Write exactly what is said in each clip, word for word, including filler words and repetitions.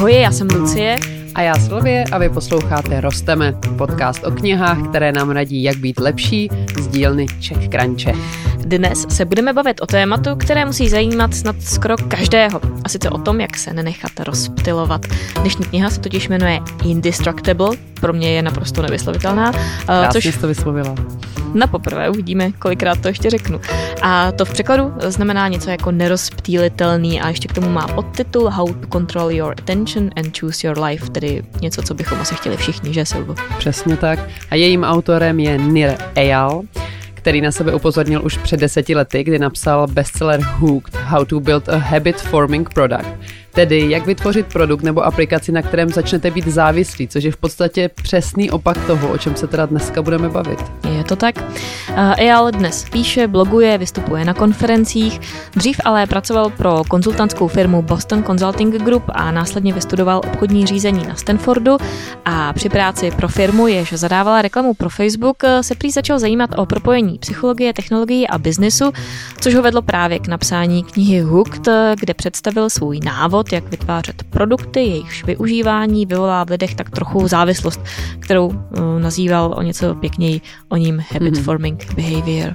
Ahoj, já jsem Lucie. A já Sylvie a vy posloucháte Rosteme, podcast o knihách, které nám radí, jak být lepší z dílny Czech Crunche. Dnes se budeme bavit o tématu, které musí zajímat snad skoro každého. A sice o tom, jak se nenechat rozptylovat. Dnešní kniha se totiž jmenuje Indestructible, pro mě je naprosto nevyslovitelná. Krásně což... jsi to vyslovila. Na poprvé uvidíme, kolikrát to ještě řeknu. A to v překladu znamená něco jako nerozptýlitelný a ještě k tomu má podtitul How to Control Your Attention and Choose Your Life, tedy něco, co bychom asi chtěli všichni, že Silvo? Přesně tak. A jejím autorem je Nir Eyal, který na sebe upozornil už před deseti lety, kdy napsal bestseller Hooked, How to Build a Habit Forming Product. Tedy jak vytvořit produkt nebo aplikaci, na kterém začnete být závislí, což je v podstatě přesný opak toho, o čem se teda dneska budeme bavit. Je to tak. Eyal dnes píše, bloguje, vystupuje na konferencích, dřív ale pracoval pro konzultantskou firmu Boston Consulting Group a následně vystudoval obchodní řízení na Stanfordu a při práci pro firmu, jež zadávala reklamu pro Facebook, se prý začal zajímat o propojení psychologie, technologií a biznesu, což ho vedlo právě k napsání knihy Hooked, kde představil svůj návod, jak vytvářet produkty, jejichž využívání vyvolá v lidech tak trochu závislost, kterou uh, nazýval o něco pěkněji o ním habit mm-hmm. forming behavior.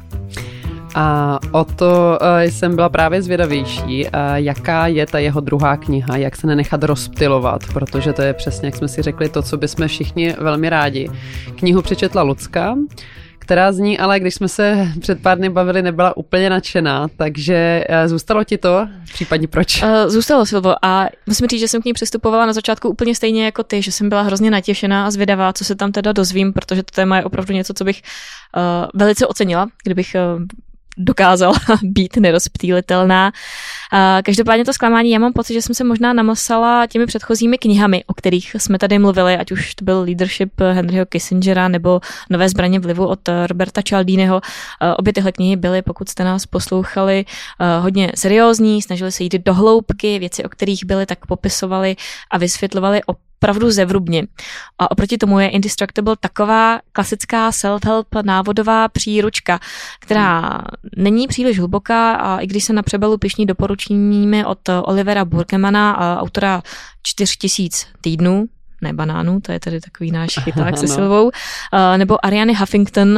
A o to uh, jsem byla právě zvědavější, uh, jaká je ta jeho druhá kniha, jak se nenechat rozptylovat, protože to je přesně, jak jsme si řekli, to, co bychom všichni velmi rádi. Knihu přečetla Lucka, která z ní, ale když jsme se před pár dny bavili, nebyla úplně nadšená, takže zůstalo ti to? Případně proč? Uh, zůstalo, Silvo, a musím říct, že jsem k ní přistupovala na začátku úplně stejně jako ty, že jsem byla hrozně natěšená a zvědavá, co se tam teda dozvím, protože to téma je opravdu něco, co bych uh, velice ocenila, kdybych uh, dokázala být nerozptýlitelná. Každopádně to zklamání, já mám pocit, že jsem se možná namlsala těmi předchozími knihami, o kterých jsme tady mluvili, ať už to byl Leadership Henryho Kissingera nebo Nové zbraně vlivu od Roberta Cialdiniho. Obě tyhle knihy byly, pokud jste nás poslouchali, hodně seriózní, snažili se jít do hloubky, věci, o kterých byly, tak popisovali a vysvětlovali o opravdu zevrubně. A oproti tomu je Indestructible taková klasická self-help návodová příručka, která není příliš hluboká a i když se na přebalu pišní doporučeními od Olivera Burkemana, autora čtyři tisíce týdnů, ne banánů, to je tedy takový náš chyták se Silvou, nebo Ariany Huffington,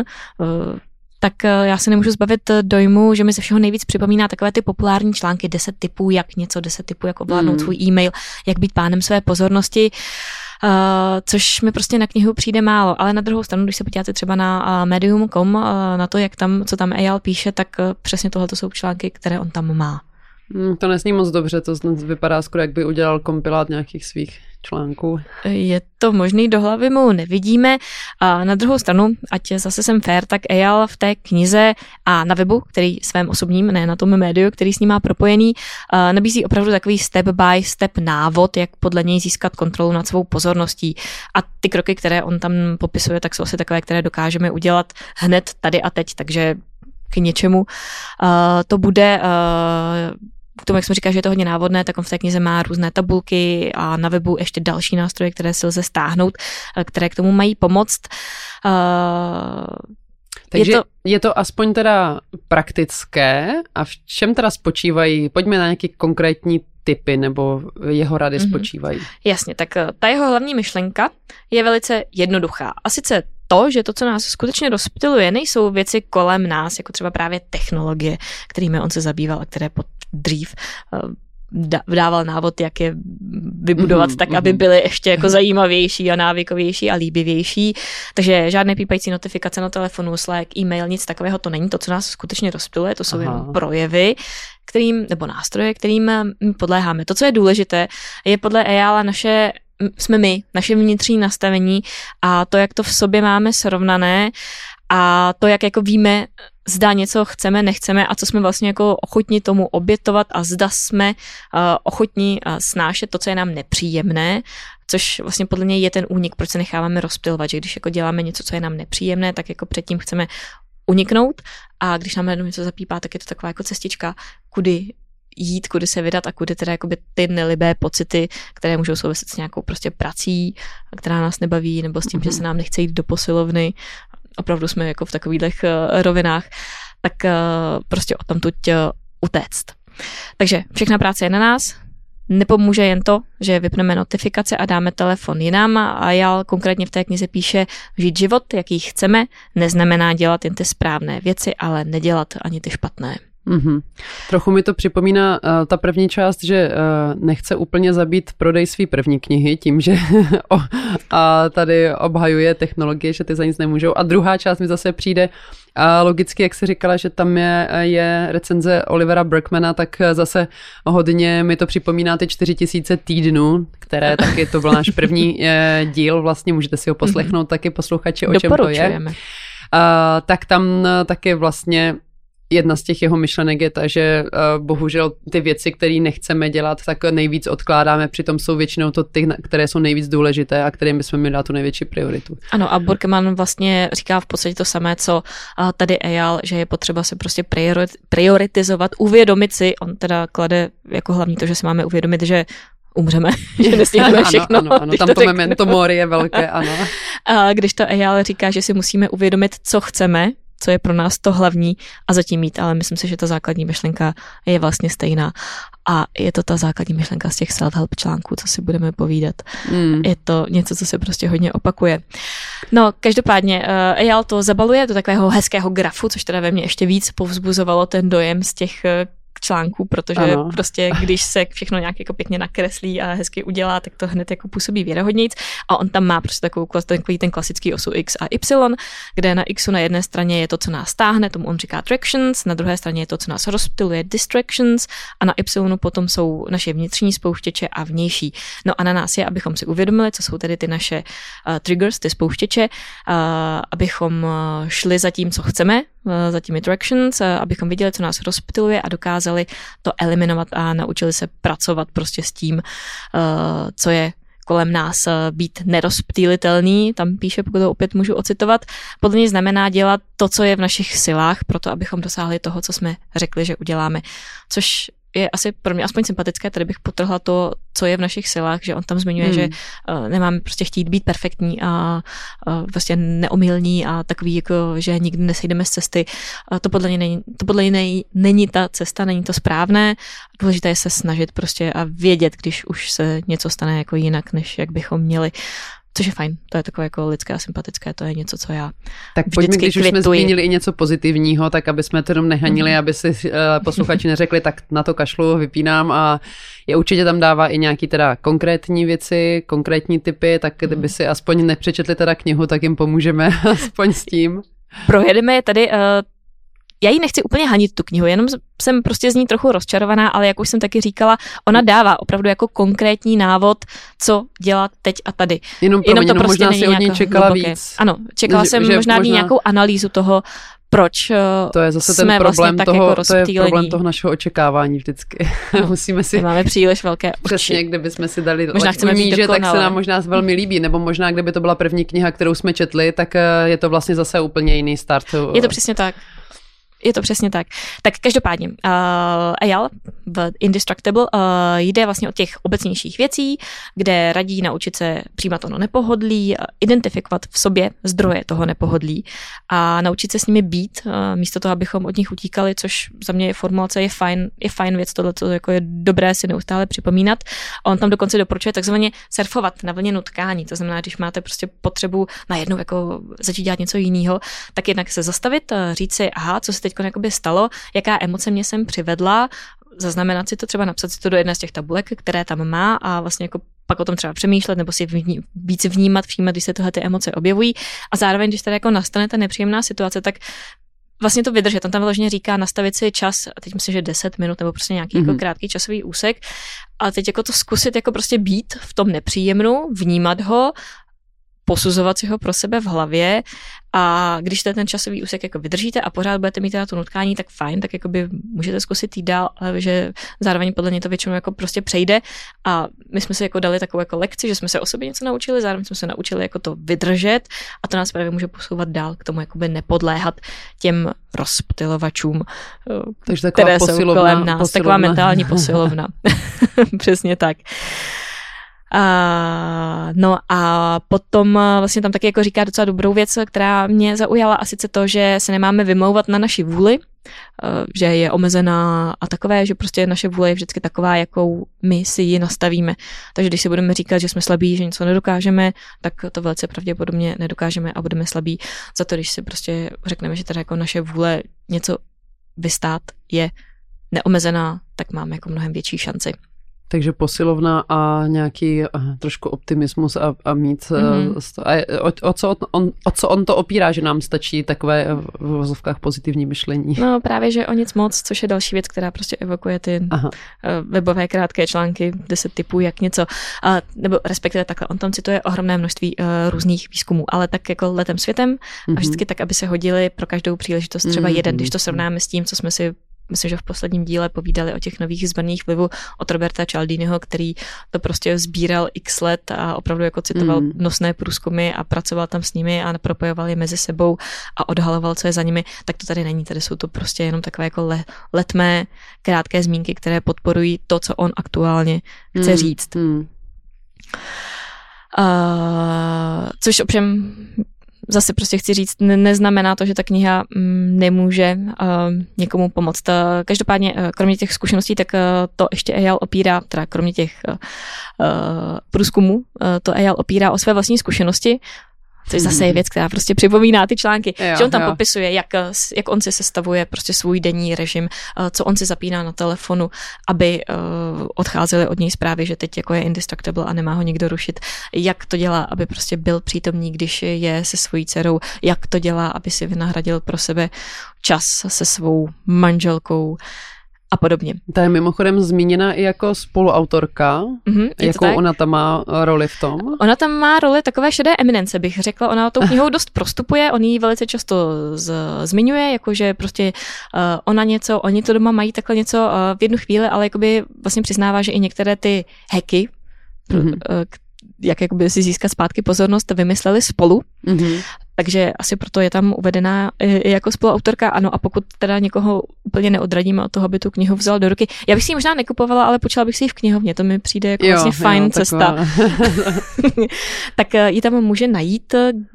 tak já se nemůžu zbavit dojmu, že mi ze všeho nejvíc připomíná takové ty populární články deset tipů, jak něco, deset tipů, jak ovládnout mm. svůj e-mail, jak být pánem své pozornosti, uh, což mi prostě na knihu přijde málo. Ale na druhou stranu, když se podíváte třeba na uh, medium tečka com, uh, na to, jak tam, co tam Eyal píše, tak uh, přesně tohle jsou články, které on tam má. Mm, to nesní moc dobře, to vypadá skoro, jak by udělal kompilát nějakých svých článků. Je to možný, do hlavy mu nevidíme. A na druhou stranu, ať zase jsem fair, tak Eyal v té knize a na webu, který svém osobním, ne na tom médiu, který s ním má propojený, nabízí opravdu takový step by step návod, jak podle něj získat kontrolu nad svou pozorností. A ty kroky, které on tam popisuje, tak jsou asi takové, které dokážeme udělat hned tady a teď, takže k něčemu to bude... K tomu, jak jsme říkali, že je to hodně návodné, tak on v té knize má různé tabulky a na webu ještě další nástroje, které si lze stáhnout, které k tomu mají pomoct. Takže je to, je to aspoň teda praktické a v čem teda spočívají? Pojďme na nějaké konkrétní tipy nebo jeho rady mm-hmm. spočívají. Jasně, tak ta jeho hlavní myšlenka je velice jednoduchá. A sice to, že to, co nás skutečně rozptyluje, nejsou věci kolem nás, jako třeba právě technologie, kterými on se zabýval a které pod dřív dával návod, jak je vybudovat mm-hmm, tak, aby byly ještě jako zajímavější a návykovější a líbivější. Takže žádné pípající notifikace na telefonu, Slack, e-mail, nic takového to není. To, co nás skutečně rozptyluje, to jsou jen projevy, kterým, nebo nástroje, kterým podléháme. To, co je důležité, je podle Eyala naše jsme my, naše vnitřní nastavení a to, jak to v sobě máme srovnané a to, jak jako víme, zda něco chceme, nechceme a co jsme vlastně jako ochotni tomu obětovat a zda jsme uh, ochotni uh, snášet to, co je nám nepříjemné, což vlastně podle něj je ten únik, proč se necháváme rozptylovat, že když jako děláme něco, co je nám nepříjemné, tak jako předtím chceme uniknout a když nám najednou něco zapípá, tak je to taková jako cestička, kudy jít, kudy se vydat a kudy teda jakoby ty nelibé pocity, které můžou souviset s nějakou prostě prací, která nás nebaví, nebo s tím, mm-hmm. že se nám nechce jít do posilovny. Opravdu jsme jako v takových uh, rovinách, tak uh, prostě o tom tuď uh, utéct. Takže všechna práce je na nás, Nepomůže jen to, že vypneme notifikace a dáme telefon jinam a Eyal konkrétně v té knize píše, žít život, jaký chceme, neznamená dělat jen ty správné věci, ale nedělat ani ty špatné. Mm-hmm. Trochu mi to připomíná uh, ta první část, že uh, nechce úplně zabít prodej své první knihy tím, že o, a tady obhajuje technologie, že ty za nic nemůžou. A druhá část mi zase přijde a logicky, jak jsi říkala, že tam je, je recenze Olivera Burkemana, tak zase hodně mi to připomíná ty čtyři tisíce týdnů, které taky, to byl náš první eh, díl, vlastně můžete si ho poslechnout mm-hmm. taky posluchači, o čem to je. Uh, tak tam taky vlastně jedna z těch jeho myšlenek je ta, že uh, bohužel ty věci, které nechceme dělat, tak nejvíc odkládáme, přitom jsou většinou to ty, které jsou nejvíc důležité a kterým bychom měli dát tu největší prioritu. Ano, a Burkeman vlastně říká v podstatě to samé, co uh, tady Eyal, že je potřeba se prostě priorit, prioritizovat, uvědomit si, on teda klade jako hlavní to, že si máme uvědomit, že umřeme, že nestihneme všechno. Ano, ano, ano. Tam to memento mori je velké, ano. A když to Eyal říká, že si musíme uvědomit, co chceme, co je pro nás to hlavní a zatím mít, ale myslím si, že ta základní myšlenka je vlastně stejná a je to ta základní myšlenka z těch self-help článků, co si budeme povídat. Mm. Je to něco, co se prostě hodně opakuje. No, každopádně uh, Eyal to zabaluje do takového hezkého grafu, což teda ve mně ještě víc povzbuzovalo ten dojem z těch uh, článků, protože ano. prostě když se všechno nějak jako pěkně nakreslí a hezky udělá, tak to hned jako působí věrohodnějc a on tam má prostě takovou, takový ten klasický osu X a Y, kde na Xu na jedné straně je to, co nás táhne, tomu on říká tractions, na druhé straně je to, co nás rozptyluje, distractions a na Y potom jsou naše vnitřní spouštěče a vnější. No a na nás je, abychom si uvědomili, co jsou tedy ty naše uh, triggers, ty spouštěče, uh, abychom uh, šli za tím, co chceme, za těmi tractions, abychom viděli, co nás rozptyluje a dokázali to eliminovat a naučili se pracovat prostě s tím, co je kolem nás, být nerozptýlitelný, tam píše, pokud to opět můžu ocitovat, podle něj znamená dělat to, co je v našich silách, proto abychom dosáhli toho, co jsme řekli, že uděláme, což je asi pro mě aspoň sympatické, tady bych potrhla to, co je v našich silách, že on tam zmiňuje, hmm. že uh, nemáme prostě chtít být perfektní a uh, prostě neomylní a takový, jako, že nikdy nesejdeme z cesty. Uh, to podle něj není, to podle něj není, není ta cesta, není to správné. Důležité je se snažit prostě a vědět, když už se něco stane jako jinak, než jak bychom měli. Což je fajn, to je takové jako lidské a sympatické, to je něco, co já tak pojďme, když kvituji. Už jsme zmínili i něco pozitivního, tak aby jsme to jenom nehanili, mm. aby si uh, posluchači neřekli, tak na to kašlu, vypínám a je určitě tam dává i nějaký teda konkrétní věci, konkrétní typy, tak kdyby mm. si aspoň nepřečetli teda knihu, tak jim pomůžeme aspoň s tím. Projedeme tady... Uh, Já ji nechci úplně hanit tu knihu, jenom jsem prostě z ní trochu rozčarovaná, ale jak už jsem taky říkala, ona dává opravdu jako konkrétní návod, co dělat teď a tady. Jenom, jenom to jenom prostě možná si od ní čekala hluboké. Víc. Ano, čekala že, jsem že možná, možná nějakou analýzu toho, proč to je zase jsme ten problém vlastně toho, tak jako to je problém toho našeho očekávání vždycky. Musíme si... Máme příliš velké oči. Přesně, kdyby jsme si dali možná chceme být že tak se nám možná velmi líbí, nebo možná kdyby to byla první kniha, kterou jsme četli, tak je to vlastně zase úplně jiný start. Je to přesně tak. Je to přesně tak. Tak každopádně, uh, Eyal v Indestructible uh, jde vlastně od těch obecnějších věcí, kde radí naučit se přijímat ono nepohodlí, uh, identifikovat v sobě zdroje toho nepohodlí a naučit se s nimi být, uh, místo toho, abychom od nich utíkali, což za mě je formulace, je fajn, je fajn věc, tohle jako je dobré si neustále připomínat. A on tam dokonce doporučuje takzvaně surfovat na vlně nutkání, to znamená, když máte prostě potřebu najednou jako začít dělat něco jiného, tak jednak se zastavit, uh, říct si, aha, co se teď jakoby stalo, jaká emoce mě sem přivedla, zaznamenat si to, třeba napsat si to do jedné z těch tabulek, které tam má a vlastně jako pak o tom třeba přemýšlet nebo si vní, víc vnímat, všímat, když se tyhle ty emoce objevují a zároveň, když tady jako nastane ta nepříjemná situace, tak vlastně to vydržet. On tam vyloženě říká nastavit si čas, a teď myslím, že deset minut nebo prostě nějaký mm-hmm. jako krátký časový úsek a teď jako to zkusit jako prostě být v tom nepříjemnu, vnímat ho, posuzovat si ho pro sebe v hlavě a když ten časový úsek jako vydržíte a pořád budete mít teda to nutkání, tak fajn, tak jako by můžete zkusit jít dál, ale že zároveň podle mě to většinou jako prostě přejde a my jsme si jako dali takovou jako lekci, že jsme se o sobě něco naučili, zároveň jsme se naučili jako to vydržet a to nás právě může posouvat dál k tomu jakoby nepodléhat těm rozptylovačům, takže které posilovna, jsou kolem nás, posilovna. Taková mentální posilovna. Přesně tak. A, no a potom vlastně tam taky jako říká docela dobrou věc, která mě zaujala, a sice to, že se nemáme vymlouvat na naši vůli, že je omezená a takové, že prostě naše vůle je vždycky taková, jakou my si ji nastavíme. Takže když si budeme říkat, že jsme slabí, že něco nedokážeme, tak to velice pravděpodobně nedokážeme a budeme slabí. Za to, když si prostě řekneme, že teda jako naše vůle něco vystát je neomezená, tak máme jako mnohem větší šanci. Takže posilovna a nějaký uh, trošku optimismus a, a mít... Mm-hmm. Uh, a o, o, co on, o co on to opírá, že nám stačí takové v vozovkách pozitivní myšlení? No právě, že o nic moc, což je další věc, která prostě evokuje ty Aha. webové krátké články, deset typů, jak něco, uh, nebo respektive takhle, on tam cituje ohromné množství uh, různých výzkumů, ale tak jako letem světem mm-hmm. a vždycky tak, aby se hodili pro každou příležitost třeba mm-hmm. jeden, když to srovnáme s tím, co jsme si myslím, že v posledním díle povídali o těch nových zbrních vlivu od Roberta Cialdiniho, který to prostě sbíral x let a opravdu jako citoval mm. nosné průzkumy a pracoval tam s nimi a propojoval je mezi sebou a odhaloval, co je za nimi, tak to tady není. Tady jsou to prostě jenom takové jako le, letmé, krátké zmínky, které podporují to, co on aktuálně chce mm. říct. Mm. Uh, což ovšem zase prostě chci říct, neznamená to, že ta kniha nemůže uh, někomu pomoct. Každopádně, uh, kromě těch zkušeností, tak uh, to ještě Eyal opírá, teda kromě těch uh, průzkumů, uh, to Eyal opírá o své vlastní zkušenosti, což zase je věc, která prostě připomíná ty články, jo, že on tam jo. popisuje, jak, jak on si sestavuje prostě svůj denní režim, co on si zapíná na telefonu, aby uh, odcházely od něj zprávy, že teď jako je indestructible a nemá ho nikdo rušit, jak to dělá, aby prostě byl přítomný, když je se svojí dcerou, jak to dělá, aby si vynahradil pro sebe čas se svou manželkou a podobně. Ta je mimochodem zmíněna i jako spoluautorka. Mm-hmm, jakou ona tam má roli v tom? Ona tam má roli takové šedé eminence, bych řekla. Ona tou knihou dost prostupuje, on ji velice často z, zmiňuje, jakože prostě uh, ona něco, oni to doma mají takhle něco uh, v jednu chvíli, ale jakoby vlastně přiznává, že i některé ty hacky, mm-hmm. uh, jak jakoby si získat zpátky pozornost, vymysleli spolu. Mm-hmm. Takže asi proto je tam uvedená i jako spoluautorka. Ano, a pokud teda někoho úplně neodradíme od toho, aby tu knihu vzal do ruky. Já bych si ji možná nekupovala, ale počala bych si ji v knihovně. To mi přijde jako jo, vlastně fajn jo, cesta. Tak ji tam může najít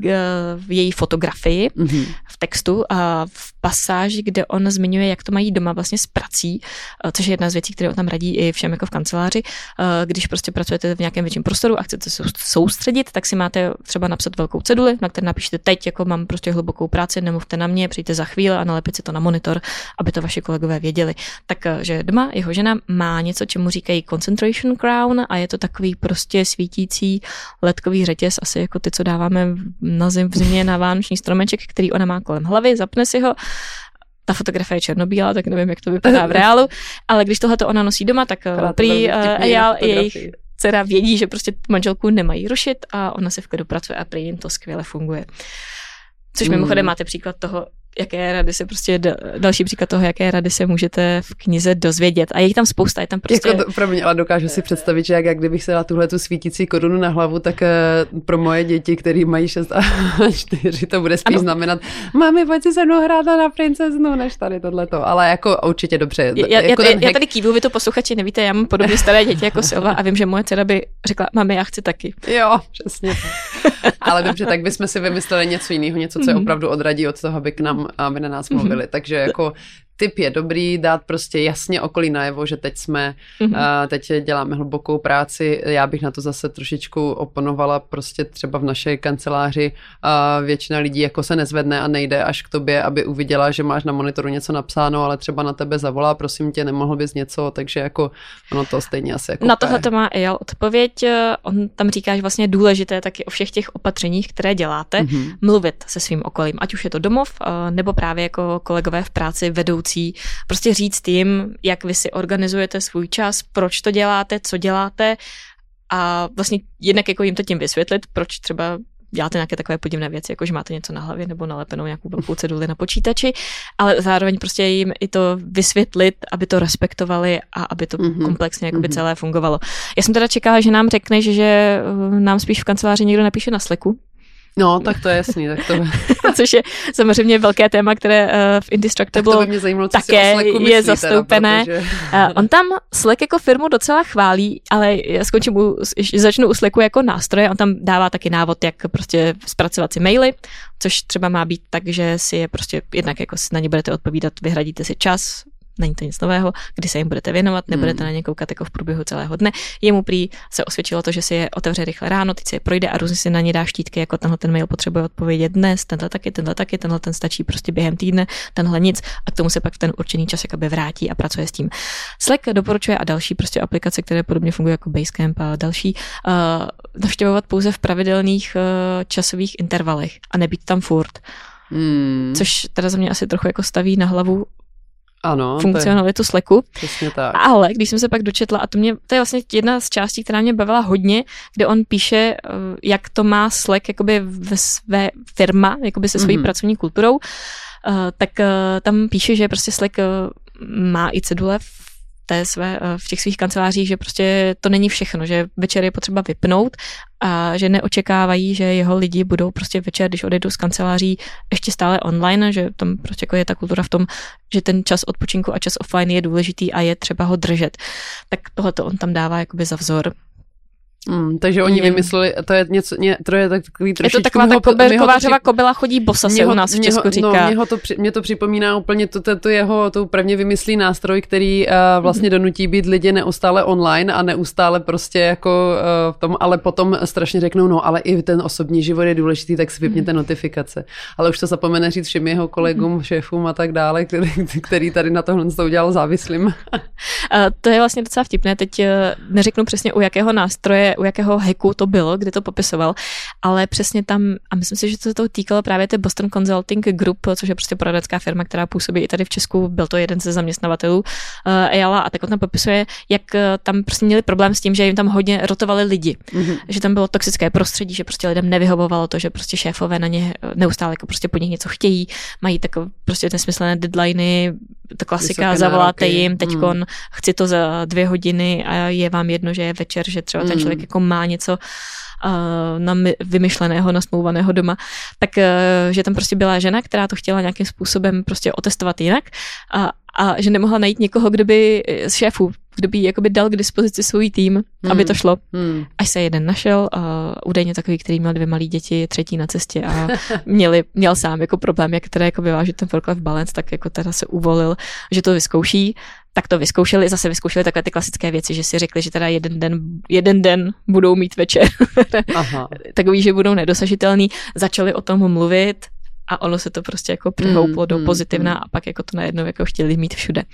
v její fotografii, mm-hmm. v textu a v pasáži, kde on zmiňuje, jak to mají doma vlastně s prací, což je jedna z věcí, které on tam radí i všem jako v kanceláři. Když prostě pracujete v nějakém větším prostoru a chcete se soustředit, tak si máte třeba napsat velkou ceduli, na které napíšete teď, jako mám prostě hlubokou práci, nemluvte na mě, přijďte za chvíli a nalepit si to na monitor, aby to vaši kolegové věděli. Takže doma jeho žena má něco, čemu říkají concentration crown a je to takový prostě svítící ledkový řetěz, asi jako ty, co dáváme na zim, v zimě na vánoční stromeček, který ona má kolem hlavy, zapne si ho. Ta fotografie je černobílá, tak nevím, jak to vypadá v reálu, ale když tohleto ona nosí doma, tak prý Eyal, jejich dcera vědí, že prostě manželku nemají rušit a ona se v klidu pracuje a prý jim to skvěle funguje. Což mm. mimochodem máte příklad toho, jaké rady se prostě, další příklad toho, jaké rady se můžete v knize dozvědět. A je jich tam spousta, je tam prostě... Jako to, pro mě, ale dokážu si představit, že jak, jak kdybych se dala tuhle tu svítící korunu na hlavu, tak uh, pro moje děti, který mají šest a čtyři, to bude spíš ano. znamenat, mami, pojď si se mnou hrát na princeznu, než tady tohleto. Ale jako určitě dobře. Já, jako já, já, já tady kývu, vy to posluchači nevíte, já mám podobně staré děti jako Silva a vím, že moje dcera by řekla, mami, já chci taky. Jo, přesně. Ale dobře, tak bychom si vymysleli něco jiného, něco, co je opravdu odradí od toho, aby k nám, aby na nás mluvili. Mm-hmm. Takže jako tip je dobrý, dát prostě jasně okolí najevo, že teď jsme, mm-hmm. uh, teď děláme hlubokou práci. Já bych na to zase trošičku oponovala, prostě třeba v naší kanceláři uh, většina lidí jako se nezvedne a nejde až k tobě, aby uviděla, že máš na monitoru něco napsáno, ale třeba na tebe zavolá, prosím tě, nemohl bys něco, takže jako ono to stejně asi jako... Na tohle to má Eyal odpověď. On tam říká, že vlastně je důležité taky o všech těch opatřeních, které děláte, mm-hmm. mluvit se svým okolím, ať už je to domov, uh, nebo právě jako kolegové v práci, vedoucí, prostě říct jim, jak vy si organizujete svůj čas, proč to děláte, co děláte a vlastně jednak jako jim to tím vysvětlit, proč třeba děláte nějaké takové podivné věci, jako že máte něco na hlavě nebo nalepenou nějakou velkou ceduli na počítači, ale zároveň prostě jim i to vysvětlit, aby to respektovali a aby to mm-hmm. komplexně jakoby mm-hmm. celé fungovalo. Já jsem teda čekala, že nám řekne, že, že nám spíš v kanceláři někdo napíše na Slacku, No, tak to je jasný. Tak to... Což je samozřejmě velké téma, které uh, v Indestructible zajímalo, také je zastoupené. Teda, protože... uh, on tam Slack jako firmu docela chválí, ale já skončím u, začnu u Slacku jako nástroje. On tam dává taky návod, jak prostě zpracovat si maily, což třeba má být tak, že si je prostě jednak jako na ně budete odpovídat, vyhradíte si čas, není to nic nového, kdy se jim budete věnovat, nebudete hmm. na ně koukat jako v průběhu celého dne. Jemu prý se osvědčilo to, že si je otevře rychle ráno, teď si je projde a různě si na ně dá štítky, jako tenhle ten mail potřebuje odpovědět dnes, tenhle taky, tenhle taky, tenhle ten stačí prostě během týdne, tenhle nic a k tomu se pak v ten určený čas jakoby vrátí a pracuje s tím. Slack doporučuje a další prostě aplikace, které podobně fungují jako Basecamp a další, uh, navštěvovat pouze v pravidelných uh, časových intervalech a nebýt tam furt. Hmm. Což teda za mě asi trochu jako staví na hlavu ano, funkcionalitu Slacku. Přesně tak. Ale když jsem se pak dočetla, a to, mě, to je vlastně jedna z částí, která mě bavila hodně, kde on píše, jak to má Slack jakoby ve své firma, jakoby se svojí mm-hmm. pracovní kulturou, tak tam píše, že prostě Slack má i cedule v té své, v těch svých kancelářích, že prostě to není všechno, že večer je potřeba vypnout a že neočekávají, že jeho lidi budou prostě večer, když odejdou z kanceláří, ještě stále online, že tam prostě jako je ta kultura v tom, že ten čas odpočinku a čas offline je důležitý a je třeba ho držet. Tak tohleto on tam dává jakoby za vzor. Mm, takže oni vymysleli, to je něco, ně, to je takový trošičku... Je to taková ta kobe, kovářova při... kobila chodí bosa se u nás v Česku říká. No, mě, ho to, mě to připomíná úplně to, to, to jeho, to prvně vymyslí nástroj, který uh, vlastně donutí být lidi neustále online a neustále prostě jako uh, v tom, ale potom strašně řeknou, no ale i ten osobní život je důležitý, tak si vypněte notifikace. Ale už to zapomene říct všem jeho kolegům, šéfům a tak dále, který, který tady na tohle to udělal závislým. uh, to je vlastně docela vtipné, teď uh, neřeknu přesně u jakého nástroje, u jakého hacku to bylo, kde to popisoval, ale přesně tam, a myslím si, že to se toho týkalo právě té Boston Consulting Group, což je prostě poradenská firma, která působí i tady v Česku, byl to jeden ze zaměstnavatelů uh, Eyala, a tak on tam popisuje, jak uh, tam prostě měli problém s tím, že jim tam hodně rotovali lidi, mm-hmm. že tam bylo toxické prostředí, že prostě lidem nevyhovovalo to, že prostě šéfové na ně neustále jako prostě po nich něco chtějí, mají takové prostě nesmyslné deadliny, to klasika, zavoláte jim, teďkon mm. chci to za dvě hodiny a je vám jedno, že je večer, že třeba ten člověk jako má něco uh, na vymyšleného, nasmlouvaného doma, tak uh, že tam prostě byla žena, která to chtěla nějakým způsobem prostě otestovat jinak a, a že nemohla najít někoho, kdo by z šéfů, kdo by jakoby dal k dispozici svůj tým, hmm. aby to šlo. Hmm. Až se jeden našel, uh, údajně takový, který měl dvě malé děti, třetí na cestě a měli, měl sám jako problém, jak teda jako vyvážit ten work-life balance, tak jako teda se uvolil, že to vyzkouší. Tak to vyzkoušeli, zase vyzkoušeli takové ty klasické věci, že si řekli, že teda jeden den, jeden den budou mít večer. Aha. Takový, že budou nedosažitelný. Začali o tom mluvit a ono se to prostě jako přihouplo mm, do pozitivna mm, a pak jako to najednou jako chtěli mít všude.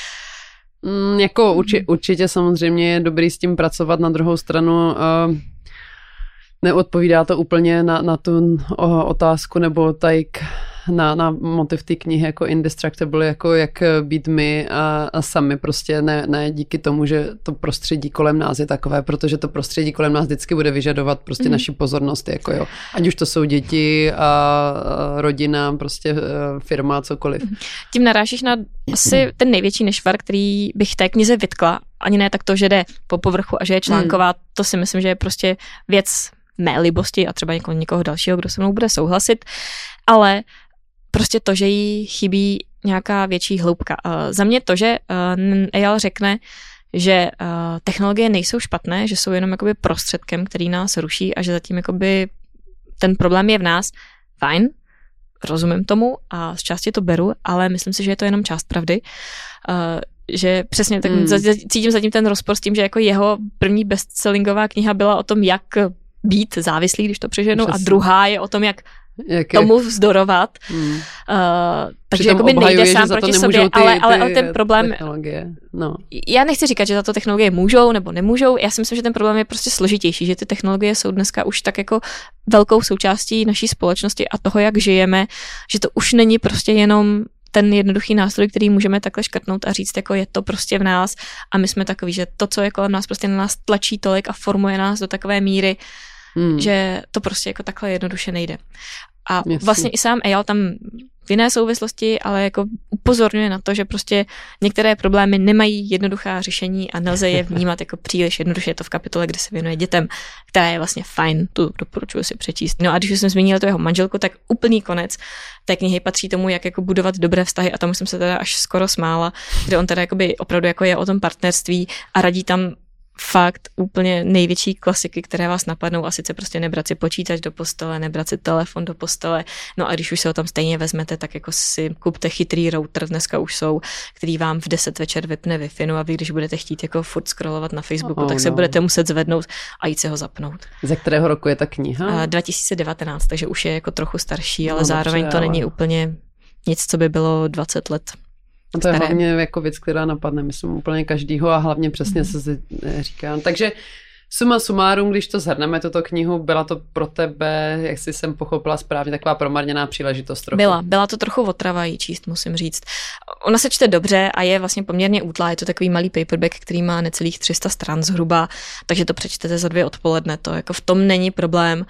Mm, jako urči, určitě samozřejmě je dobrý s tím pracovat, na druhou stranu uh, neodpovídá to úplně na, na tu uh, otázku nebo tak na, na motiv té knihy jako Indestructible, jako jak být my a, a sami prostě ne, ne díky tomu, že to prostředí kolem nás je takové, protože to prostředí kolem nás vždycky bude vyžadovat prostě mm. naši pozornost, jako jo. Ať už to jsou děti a, a rodina, prostě firma, cokoliv. Tím narážíš na asi ten největší nešvar, který bych té knize vytkla, ani ne tak to, že jde po povrchu a že je článková, mm. to si myslím, že je prostě věc mé libosti a třeba někoho, někoho dalšího, kdo se mnou bude souhlasit, ale prostě to, že jí chybí nějaká větší hloubka. Uh, za mě to, že uh, Eyal řekne, že uh, technologie nejsou špatné, že jsou jenom jakoby prostředkem, který nás ruší a že zatím jakoby ten problém je v nás, fajn, rozumím tomu a z části to beru, ale myslím si, že je to jenom část pravdy. Uh, že přesně tak mm. cítím zatím ten rozpor s tím, že jako jeho první bestsellingová kniha byla o tom, jak být závislý, když to přeženu, a druhá je o tom, jak Jak tomu vzdorovat. Hmm. Uh, takže jakoby nejde sám proti sobě, ty, ale, ale, ale ten problém... No. Já nechci říkat, že za to technologie můžou nebo nemůžou, já si myslím, že ten problém je prostě složitější, že ty technologie jsou dneska už tak jako velkou součástí naší společnosti a toho, jak žijeme, že to už není prostě jenom ten jednoduchý nástroj, který můžeme takhle škrtnout a říct, jako je to prostě v nás a my jsme takový, že to, co je kolem nás, prostě na nás tlačí tolik a formuje nás do takové míry, Hmm. že to prostě jako takhle jednoduše nejde. A Jasně. vlastně i sám Eyal tam v jiné souvislosti, ale jako upozorňuje na to, že prostě některé problémy nemají jednoduchá řešení a nelze je vnímat jako příliš jednoduše. Je to v kapitole, kde se věnuje dětem, která je vlastně fajn, tu doporučuji si přečíst. No a když jsem zmínila tu jeho manželku, tak úplný konec té knihy patří tomu, jak jako budovat dobré vztahy a tam jsem se teda až skoro smála, kde on teda jakoby opravdu jako je o tom partnerství a radí tam fakt úplně největší klasiky, které vás napadnou, a sice prostě nebrat si počítač do postele, nebrat si telefon do postele, no a když už se ho tam stejně vezmete, tak jako si kupte chytrý router, dneska už jsou, který vám v deset večer vypne Wi-Fi, no a vy, když budete chtít jako furt scrollovat na Facebooku, oh, tak se no. budete muset zvednout a jít se ho zapnout. Ze kterého roku je ta kniha? dva tisíce devatenáct, takže už je jako trochu starší, ale no, zároveň dobře, to ale... není úplně nic, co by bylo dvacet let. A to je staré. Hlavně jako věc, která napadne, myslím, úplně každýho a hlavně přesně mm. se říká. Takže suma sumárum, když to shrneme, tuto knihu, byla to pro tebe, jak jsi jsem pochopila správně, taková promarněná příležitost trochu. Byla, byla to trochu otrava jí číst, musím říct. Ona se čte dobře a je vlastně poměrně útlá, je to takový malý paperback, který má necelých tři sta stran zhruba, takže to přečtete za dvě odpoledne, to jako v tom není problém.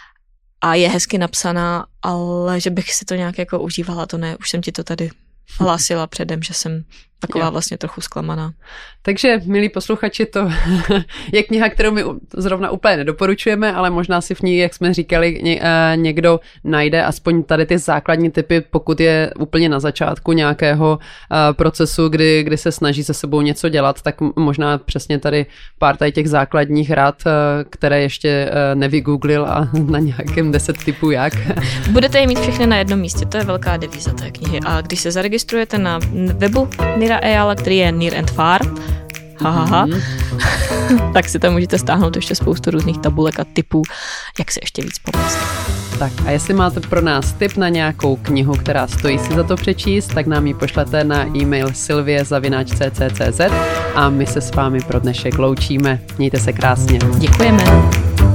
A je hezky napsaná, ale že bych si to nějak jako užívala, to ne, už jsem ti to tady hlásila předem, že jsem taková jo. vlastně trochu zklamaná. Takže, milí posluchači, to je kniha, kterou my zrovna úplně nedoporučujeme, ale možná si v ní, jak jsme říkali, ně, někdo najde aspoň tady ty základní typy, pokud je úplně na začátku nějakého procesu, kdy, kdy se snaží se sebou něco dělat, tak možná přesně tady pár tady těch základních rad, které ještě nevygooglil a na nějakém deset typů jak. Budete je mít všechny na jednom místě, to je velká devíza té knihy. A když se zaregistrujete na webu Nira Eyala, který je Near and Far, hahaha, mm-hmm. tak si tam můžete stáhnout ještě spoustu různých tabulek a tipů, jak se ještě víc pomoct. Tak a jestli máte pro nás tip na nějakou knihu, která stojí si za to přečíst, tak nám ji pošlete na e-mail sylvie zavináč c c c z a my se s vámi pro dnešek loučíme. Mějte se krásně. Děkujeme.